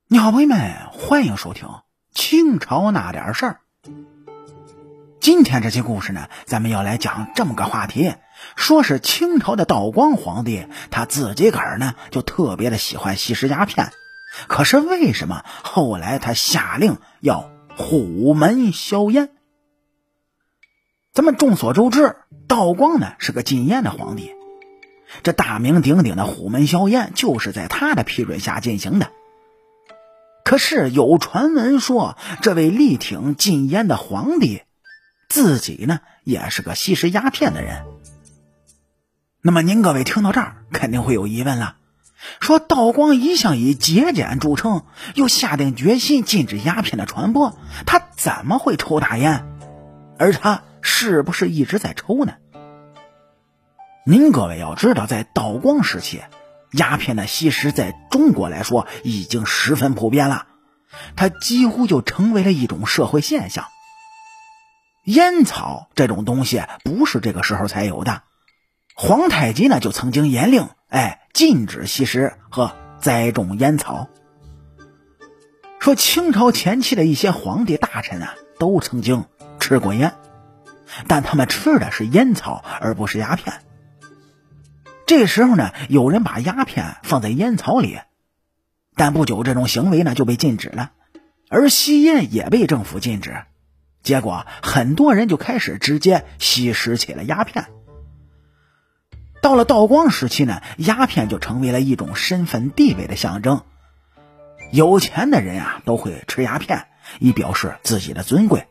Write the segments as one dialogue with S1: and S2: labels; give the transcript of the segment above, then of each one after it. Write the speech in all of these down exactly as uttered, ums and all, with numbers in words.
S1: 你好朋友们，欢迎收听清朝那点事儿。今天这期故事呢，咱们要来讲这么个话题，说是清朝的道光皇帝他自己个儿呢就特别的喜欢吸食鸦片，可是为什么后来他下令要虎门销烟？咱们众所周知，道光呢是个禁烟的皇帝，这大名鼎鼎的虎门销烟就是在他的批准下进行的。可是有传闻说，这位力挺禁烟的皇帝自己呢也是个吸食鸦片的人。那么您各位听到这儿肯定会有疑问了，说道光一向以节俭著称，又下定决心禁止鸦片的传播，他怎么会抽大烟？而他是不是一直在抽呢？您各位要知道，在道光时期，鸦片的吸食在中国来说已经十分普遍了，它几乎就成为了一种社会现象。烟草这种东西不是这个时候才有的，皇太极呢就曾经严令，哎，禁止吸食和栽种烟草。说清朝前期的一些皇帝大臣啊，都曾经吃过烟，但他们吃的是烟草而不是鸦片。这时候呢，有人把鸦片放在烟草里，但不久这种行为呢就被禁止了，而吸烟也被政府禁止，结果很多人就开始直接吸食起了鸦片。到了道光时期呢，鸦片就成为了一种身份地位的象征，有钱的人啊都会吃鸦片，以表示自己的尊贵。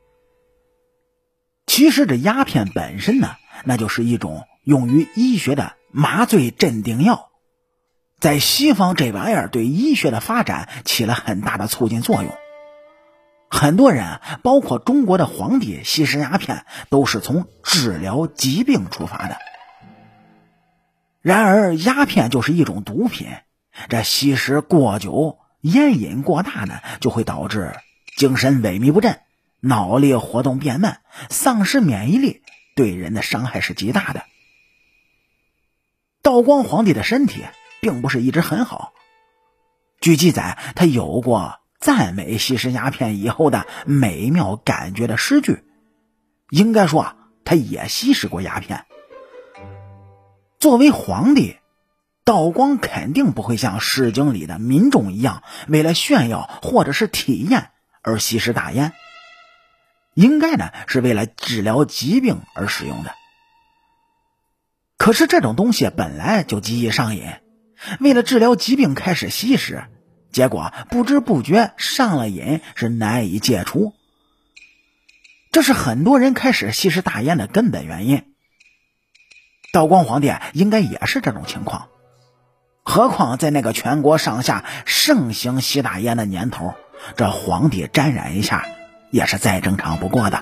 S1: 其实这鸦片本身呢，那就是一种用于医学的麻醉镇定药，在西方这玩意儿对医学的发展起了很大的促进作用。很多人包括中国的皇帝吸食鸦片都是从治疗疾病出发的。然而鸦片就是一种毒品，这吸食过久，烟瘾过大呢，就会导致精神萎靡不振，脑力活动变慢，丧失免疫力，对人的伤害是极大的。道光皇帝的身体并不是一直很好，据记载他有过赞美吸食鸦片以后的美妙感觉的诗句，应该说他也吸食过鸦片。作为皇帝，道光肯定不会像市井里的民众一样为了炫耀或者是体验而吸食大烟，应该呢是为了治疗疾病而使用的。可是这种东西本来就极易上瘾，为了治疗疾病开始吸食，结果不知不觉上了瘾，是难以戒除。这是很多人开始吸食大烟的根本原因。道光皇帝应该也是这种情况，何况在那个全国上下盛行吸大烟的年头，这皇帝沾染一下也是再正常不过的。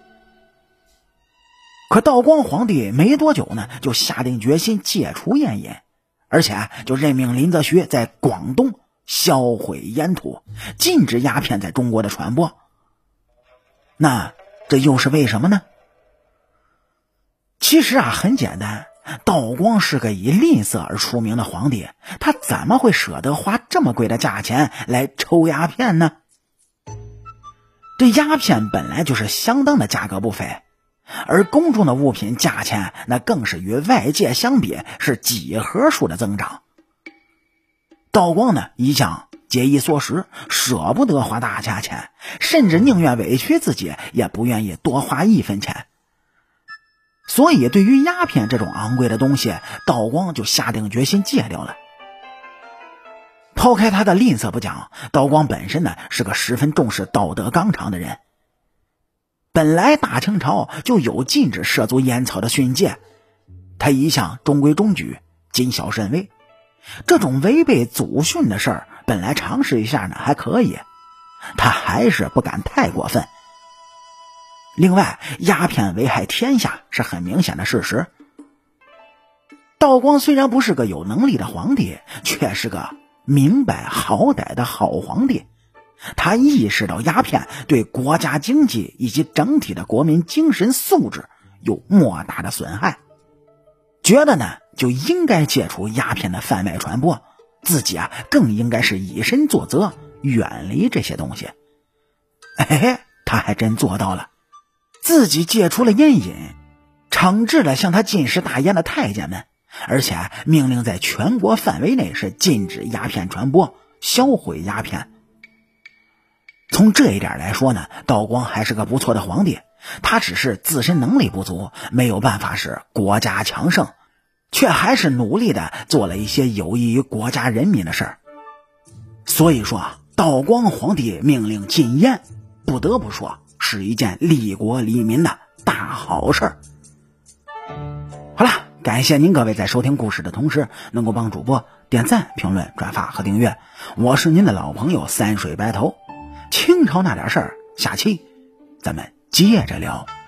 S1: 可道光皇帝没多久呢，就下定决心戒除烟瘾，而且就任命林则徐在广东销毁烟土，禁止鸦片在中国的传播。那这又是为什么呢？其实啊，很简单，道光是个以吝啬而出名的皇帝，他怎么会舍得花这么贵的价钱来抽鸦片呢？这鸦片本来就是相当的价格不菲，而宫中的物品价钱那更是与外界相比是几何数的增长。道光呢一向节衣缩食，舍不得花大价钱，甚至宁愿委屈自己也不愿意多花一分钱。所以对于鸦片这种昂贵的东西，道光就下定决心戒掉了。抛开他的吝啬不讲，道光本身呢是个十分重视道德纲常的人。本来大清朝就有禁止涉足烟草的训诫，他一向中规中矩，谨小慎微，这种违背祖训的事儿本来尝试一下呢还可以，他还是不敢太过分。另外，鸦片危害天下是很明显的事实。道光虽然不是个有能力的皇帝，却是个明白好歹的好皇帝。他意识到鸦片对国家经济以及整体的国民精神素质有莫大的损害，觉得呢就应该戒除鸦片的贩卖传播， 自己啊更应该是以身作则，远离这些东西。哎，他还真做到了，自己戒除了烟瘾，惩治了向他进食大烟的太监们，而且命令在全国范围内是禁止鸦片传播，销毁鸦片。从这一点来说呢，道光还是个不错的皇帝，他只是自身能力不足，没有办法使国家强盛，却还是努力的做了一些有益于国家人民的事儿。所以说，道光皇帝命令禁烟，不得不说是一件利国利民的大好事儿。好了，感谢您各位在收听故事的同时能够帮主播点赞、评论、转发和订阅。我是您的老朋友三水白头。清朝那点事儿，下期咱们接着聊。